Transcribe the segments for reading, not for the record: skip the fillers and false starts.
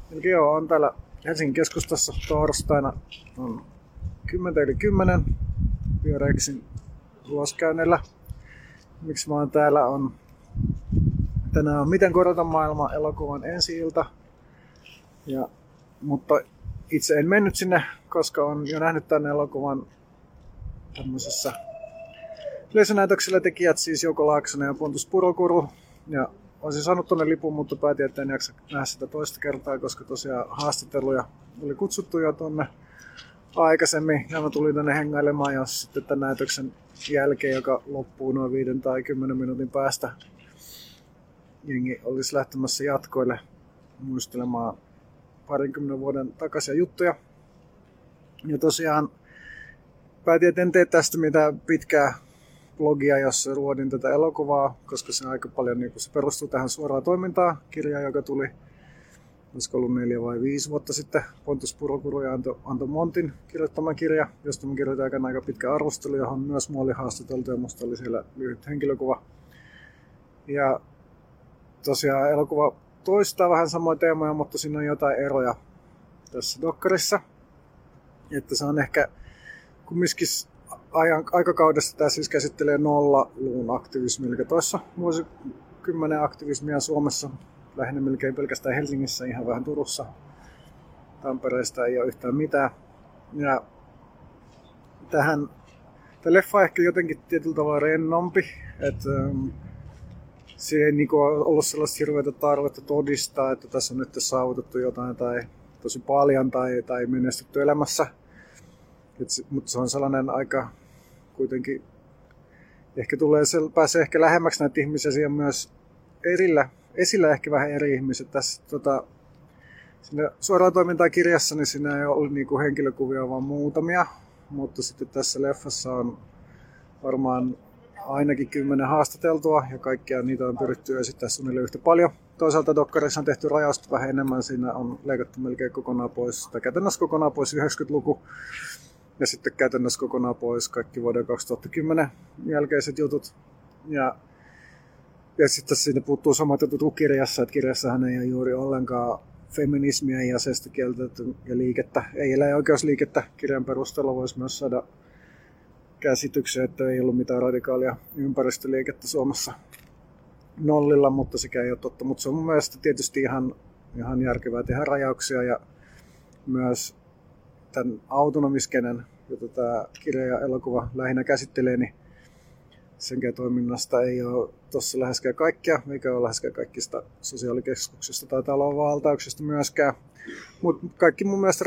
Eli joo, on täällä Helsingin keskustassa torstaina on 10:10 Biorexiin uloskäynnillä. Miksi mä oon täällä on tänään on Miten korjata maailma -elokuvan ensi-ilta. Mutta itse en mennyt sinne, koska on jo nähnyt tämän elokuvan tämmöisessä yleisönäytöksellä tekijät, siis Jouko Laaksonen ja Pontus Purokuru. Ja olisin saanut tonne lipun, mutta päätin, että en jaksa nähdä sitä toista kertaa, koska tosiaan haastatteluja oli kutsuttu jo tonne aikaisemmin. Ja mä tulin tänne hengailemaan jo sitten tämän näytöksen jälkeen, joka loppuu noin 5 tai 10 minuutin päästä. Jengi olisi lähtemässä jatkoille muistelemaan 20 vuoden takaisia juttuja. Ja tosiaan päätin, että en tee tästä mitään pitkää blogia, jossa ruodin tätä elokuvaa, koska se aika paljon se perustuu tähän suoraan toimintaan. Kirja, joka tuli, olisiko ollut 4 vai 5 vuotta sitten, Pontus Purokuru ja Anto Montin kirjoittama kirja, josta mä kirjoitin aikana aika pitkä arvostelu, johon myös mua oli haastateltu ja musta oli siellä lyhyt henkilökuva. Ja tosiaan elokuva toistaa vähän samoja teemoja, mutta siinä on jotain eroja tässä dokkarissa. Että se on ehkä kumminkin aikakaudesta tämä siis käsittelee nollaluvun aktivismia, eli toissa vuosikymmenen aktivismia Suomessa, lähinnä melkein pelkästään Helsingissä, ihan vähän Turussa. Tampereesta ei ole yhtään mitään. Ja tämä leffa on ehkä jotenkin tietyllä tavalla rennompi, että se ei ole ollut sellaista hirveätä tarvetta todistaa, että tässä on nyt saavutettu jotain tai tosi paljon tai menestytty elämässä. Mutta se on sellainen aika kuitenkin, pääsee ehkä lähemmäksi näitä ihmisiä, siinä on myös esillä ehkä vähän eri ihmiset. Tässä siinä suoraan toimintaan kirjassa, niin siinä ei ollut niinku henkilökuvia vaan muutamia, mutta sitten tässä leffassa on varmaan ainakin 10 haastateltua ja kaikkia niitä on pyritty esittää suunnilleen yhtä paljon. Toisaalta dokkarissa on tehty rajausta vähän enemmän, siinä on leikattu melkein kokonaan pois, tai käytännössä kokonaan pois 90-luku. Ja sitten käytännössä kokonaan pois kaikki vuoden 2010 jälkeiset jutut. Ja sitten siitä puuttuu samat jutut kirjassa, että kirjassahan ei ole juuri ollenkaan feminismiä ja aseista kieltetty ja liikettä. Ei elä- ja oikeusliikettä. Kirjan perusteella voisi myös saada käsityksen, että ei ollut mitään radikaalia ympäristöliikettä Suomessa nollilla, mutta sekä ei ole totta. Mutta se on mun mielestä tietysti ihan järkevää tehdä rajauksia ja myös tämän autonomiskenen, jota tämä kirja ja elokuva lähinnä käsittelee, niin senkään toiminnasta ei ole tuossa läheskään kaikkea, eikä ole läheskään kaikista sosiaalikeskuksista tai talonvaltauksista myöskään. Mutta kaikki mun mielestä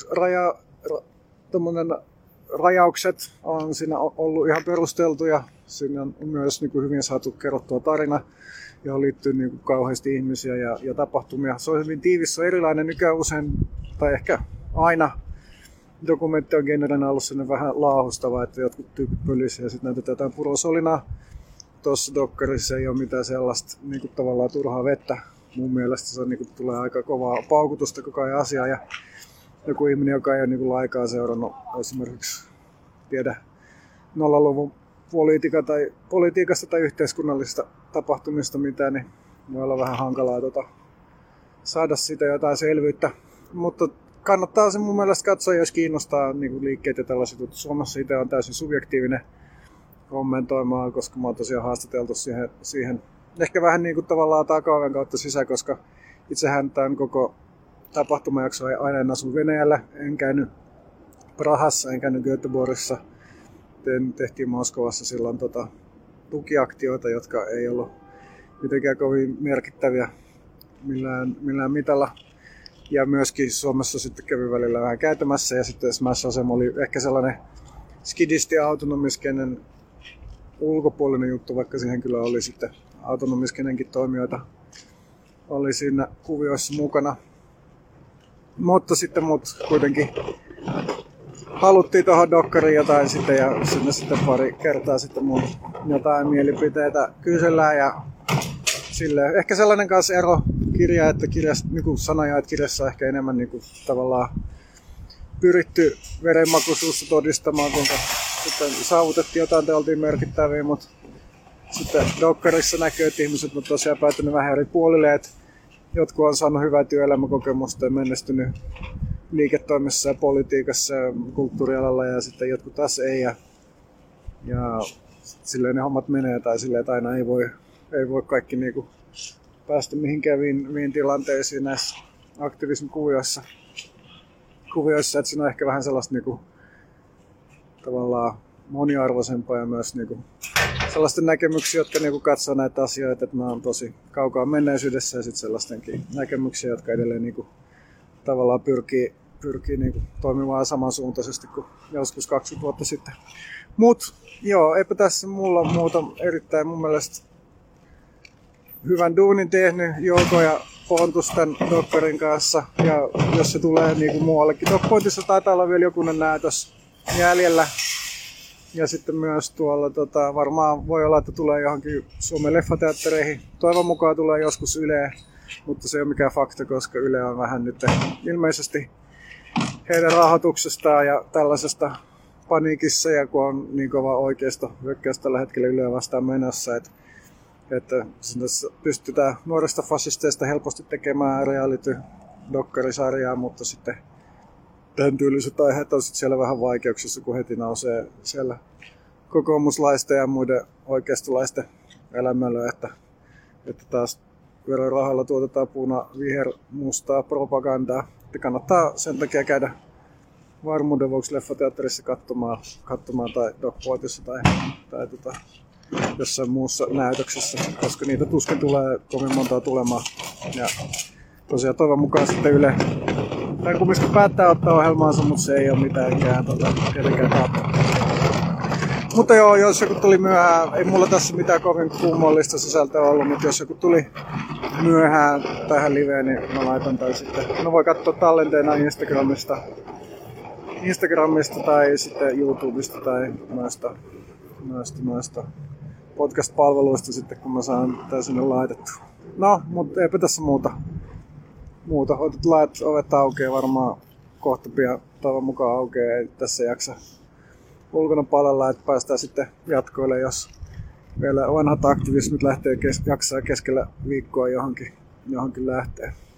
rajaukset on siinä ollut ihan perusteltuja. Siinä on myös hyvin saatu kerrottua tarina, johon liittyy kauheasti ihmisiä ja tapahtumia. Se on hyvin tiivis, se on erilainen nykyään usein, tai ehkä aina. Dokumentti on genrenä ollut sinne vähän laahustava, että jotkut tyypit pölisivät ja sitten näytetään jotain purosolinaa. Tuossa dokkarissa ei ole mitään sellaista tavallaan turhaa vettä. Mun mielestä se tulee aika kovaa paukutusta koko ajan asiaa. Ja joku ihminen, joka ei ole laikaa seurannut esimerkiksi tiedä nollaluvun politiikasta tai yhteiskunnallisista tapahtumista mitään, niin voi olla vähän hankalaa saada siitä jotain selvyyttä. Mutta kannattaa se mun mielestä katsoa, jos kiinnostaa liikkeet ja tällaiset. Suomessa itse on täysin subjektiivinen kommentoimaan, koska mä oon tosiaan haastateltu siihen ehkä vähän tavallaan takaoven kautta sisään, koska itsehän tämän koko tapahtumajakso aina en asu Venäjällä. En käynyt Prahassa, en käynyt Göteborgissa. Tehtiin Moskovassa silloin tukiaktioita, jotka ei ollut mitenkään kovin merkittäviä millään mitalla. Ja myöskin Suomessa sitten kävi välillä vähän käytämässä ja sitten Smash Asema oli ehkä sellainen skidisti autonomiskeinen ulkopuolinen juttu, vaikka siihen kyllä oli sitten autonomiskenenkin toimijoita oli siinä kuvioissa mukana. Mutta sitten mut kuitenkin haluttiin tuohon dokkariin jotain sitten ja sinne sitten pari kertaa sitten mun jotain mielipiteitä kysellään ja silleen. Ehkä sellainen kanssa ero kirja, että sanoja, että kirjassa on ehkä enemmän tavallaan pyritty verenmakuisuutta todistamaan, kuinka sitten saavutettiin jotain, te oltiin merkittäviä, mutta sitten dokkarissa näkyy, että ihmiset on tosiaan päätynyt vähän eri puolille, että jotkut on saanut hyvää työelämäkokemusta ja menestynyt liiketoimessa ja politiikassa ja kulttuurialalla ja sitten jotkut taas ei. Ja silleen ne hommat menee tai silleen, että aina ei voi kaikki niinku päästä mihinkään viin tilanteisiin näissä aktivismikuvioissa. Että siinä on ehkä vähän sellaista niinku, tavallaan moniarvoisempaa ja myös niinku, sellaista näkemyksiä, jotka niinku katsoo näitä asioita, että nämä on tosi kaukaa menneisyydessä ja sitten sellaistenkin näkemyksiä, jotka edelleen niinku, tavallaan pyrkii niinku, toimimaan samansuuntaisesti kuin joskus 20 vuotta sitten. Mut joo, eipä tässä mulla muuta erittäin mun mielestä hyvän duunin tehnyt Jouko ja Pontus tämän dokkarin kanssa. Ja jos se tulee niin kuin muuallekin. Dogpointissa taitaa olla vielä jokunen näytös jäljellä. Ja sitten myös tuolla varmaan voi olla, että tulee johonkin Suomen leffateattereihin. Toivon mukaan tulee joskus Yleen, mutta se ei ole mikään fakta, koska Yle on vähän nyt ilmeisesti heidän rahoituksestaan ja tällaisesta paniikissa, ja kun on niin kova oikeisto hyökkäys tällä hetkellä Yleä vastaan menossa, että pystytään nuorista fasisteista helposti tekemään reality-dokkarisarjaa, mutta sitten tämän tyyliset aiheet on sitten siellä vähän vaikeuksissa, kun heti nousee siellä kokoomuslaisten ja muiden oikeistolaisten elämällä, että taas verorahalla tuotetaan vihermustaa propagandaa. Että kannattaa sen takia käydä varmuuden vuoksi leffateatterissa katsomaan tai Dogpointissa tai jossain muussa näytöksessä, koska niitä tuskin tulee kovin montaa tulemaan. Ja tosiaan toivon mukaan sitten Yle tai kumminkin päättää ottaa ohjelmaansa, mutta se ei ole mitenkään tietenkään taattu. Mutta joo, jos joku tuli myöhään, ei mulla tässä mitään kovin kummallista sisältöä ollut, mutta jos joku tuli myöhään tähän liveen, niin mä laitan tai sitten. No voi katsoa tallenteena Instagramista tai sitten YouTubesta tai noista podcast-palveluista sitten, kun mä saan tää sinne laitettu. No, mutta eipä tässä muuta. Otat ovet aukeaa varmaan kohta pian toivon mukaan aukeaa. Ei tässä jaksa ulkona palella, että päästään sitten jatkoille, jos vielä vanhat aktivismit jaksaa keskellä viikkoa johonkin lähteä.